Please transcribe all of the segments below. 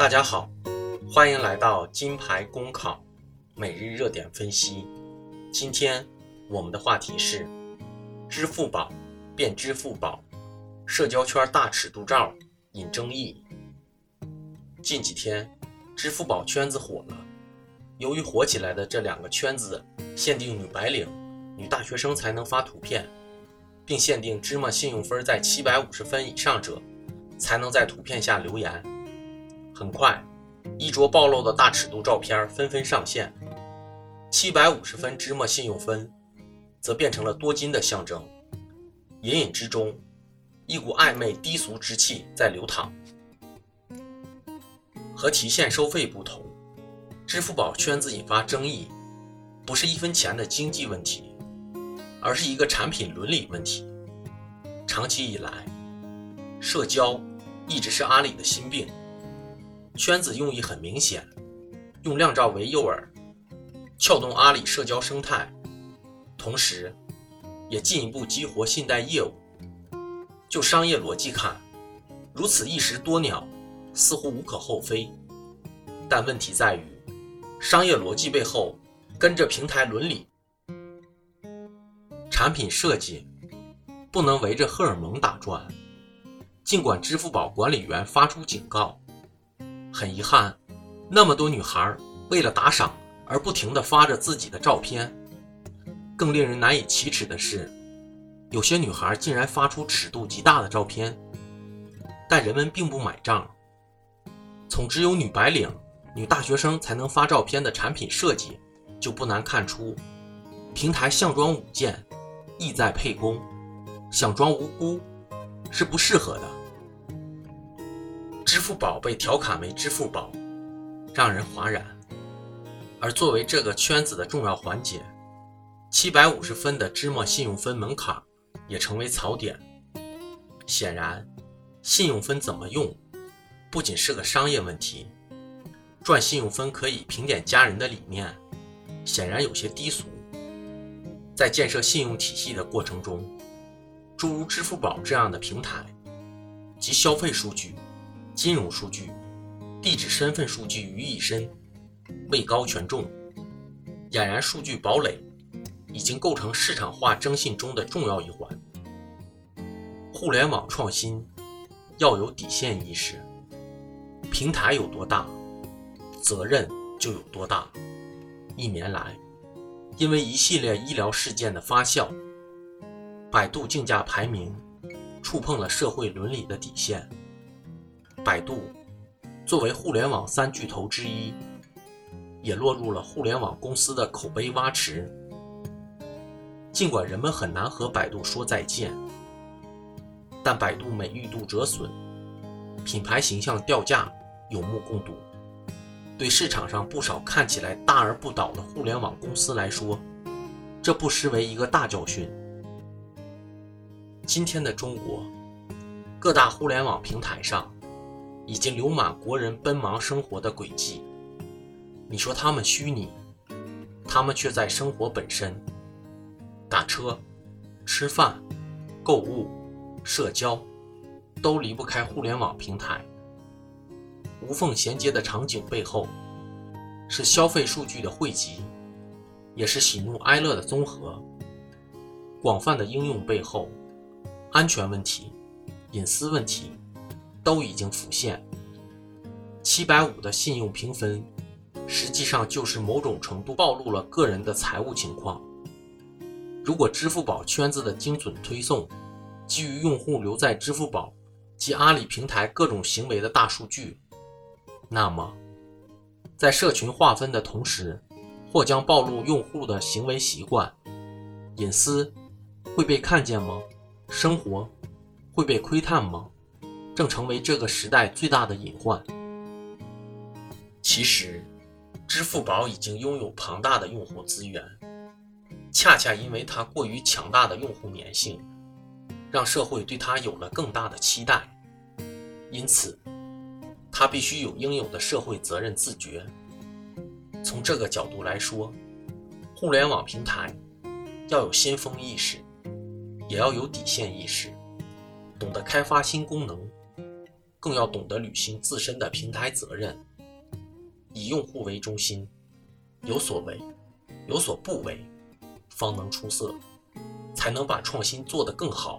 大家好，欢迎来到金牌公考每日热点分析。今天我们的话题是支付宝变支付宝，社交圈大尺度照引争议。近几天支付宝圈子火了，由于火起来的这两个圈子限定女白领、女大学生才能发图片，并限定芝麻信用分在750分以上者才能在图片下留言。很快，衣着暴露的大尺度照片纷纷上线，750分芝麻信用分则变成了多金的象征。隐隐之中，一股暧昧低俗之气在流淌。和提现收费不同，支付宝圈子引发争议，不是1分钱的经济问题，而是一个产品伦理问题。长期以来，社交一直是阿里的心病。圈子用意很明显，用靓照为诱饵，撬动阿里社交生态，同时也进一步激活信贷业务。就商业逻辑看，如此一石多鸟似乎无可厚非，但问题在于商业逻辑背后跟着平台伦理。产品设计不能围着荷尔蒙打转。尽管支付宝管理员发出警告，很遗憾，那么多女孩为了打赏而不停地发着自己的照片。更令人难以启齿的是，有些女孩竟然发出尺度极大的照片，但人们并不买账。从只有女白领、女大学生才能发照片的产品设计，就不难看出，平台项庄舞剑，意在沛公，想装无辜是不适合的。支付宝被调侃为支付宝，让人哗然。而作为这个圈子的重要环节，750分的芝麻信用分门槛也成为槽点。显然，信用分怎么用，不仅是个商业问题，赚信用分可以评点家人的理念，显然有些低俗。在建设信用体系的过程中，诸如支付宝这样的平台，集消费数据、金融数据、地址身份数据于一身，位高权重，俨然数据堡垒已经构成市场化征信中的重要一环。互联网创新要有底线意识，平台有多大，责任就有多大。一年来，因为一系列医疗事件的发酵，百度竞价排名触碰了社会伦理的底线。百度作为互联网3巨头之一，也落入了互联网公司的口碑蛙池。尽管人们很难和百度说再见，但百度美誉度折损，品牌形象掉价有目共睹。对市场上不少看起来大而不倒的互联网公司来说，这不失为一个大教训。今天的中国，各大互联网平台上已经流满国人奔忙生活的轨迹。你说他们虚拟，他们却在生活本身。打车、吃饭、购物、社交都离不开互联网平台。无缝衔接的场景背后，是消费数据的汇集，也是喜怒哀乐的综合。广泛的应用背后，安全问题、隐私问题都已经浮现。750的信用评分实际上就是某种程度暴露了个人的财务情况。如果支付宝圈子的精准推送基于用户留在支付宝及阿里平台各种行为的大数据，那么在社群划分的同时，或将暴露用户的行为习惯。隐私会被看见吗？生活会被窥探吗？正成为这个时代最大的隐患。其实，支付宝已经拥有庞大的用户资源，恰恰因为它过于强大的用户粘性，让社会对它有了更大的期待。因此，它必须有应有的社会责任自觉。从这个角度来说，互联网平台要有先锋意识，也要有底线意识，懂得开发新功能， 更要懂得履行自身的平台责任，以用户为中心，有所为，有所不为，方能出色，才能把创新做得更好。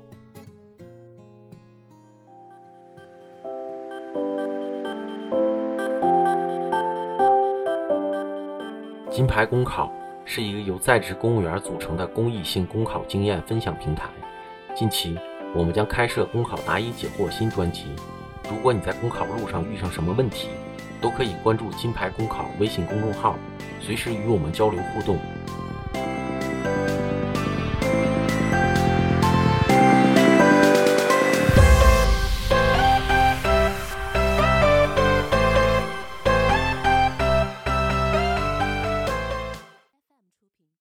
金牌公考是一个由在职公务员组成的公益性公考经验分享平台。近期我们将开设公考答疑解惑新专辑，如果你在公考路上遇上什么问题，都可以关注金牌公考微信公众号，随时与我们交流互动。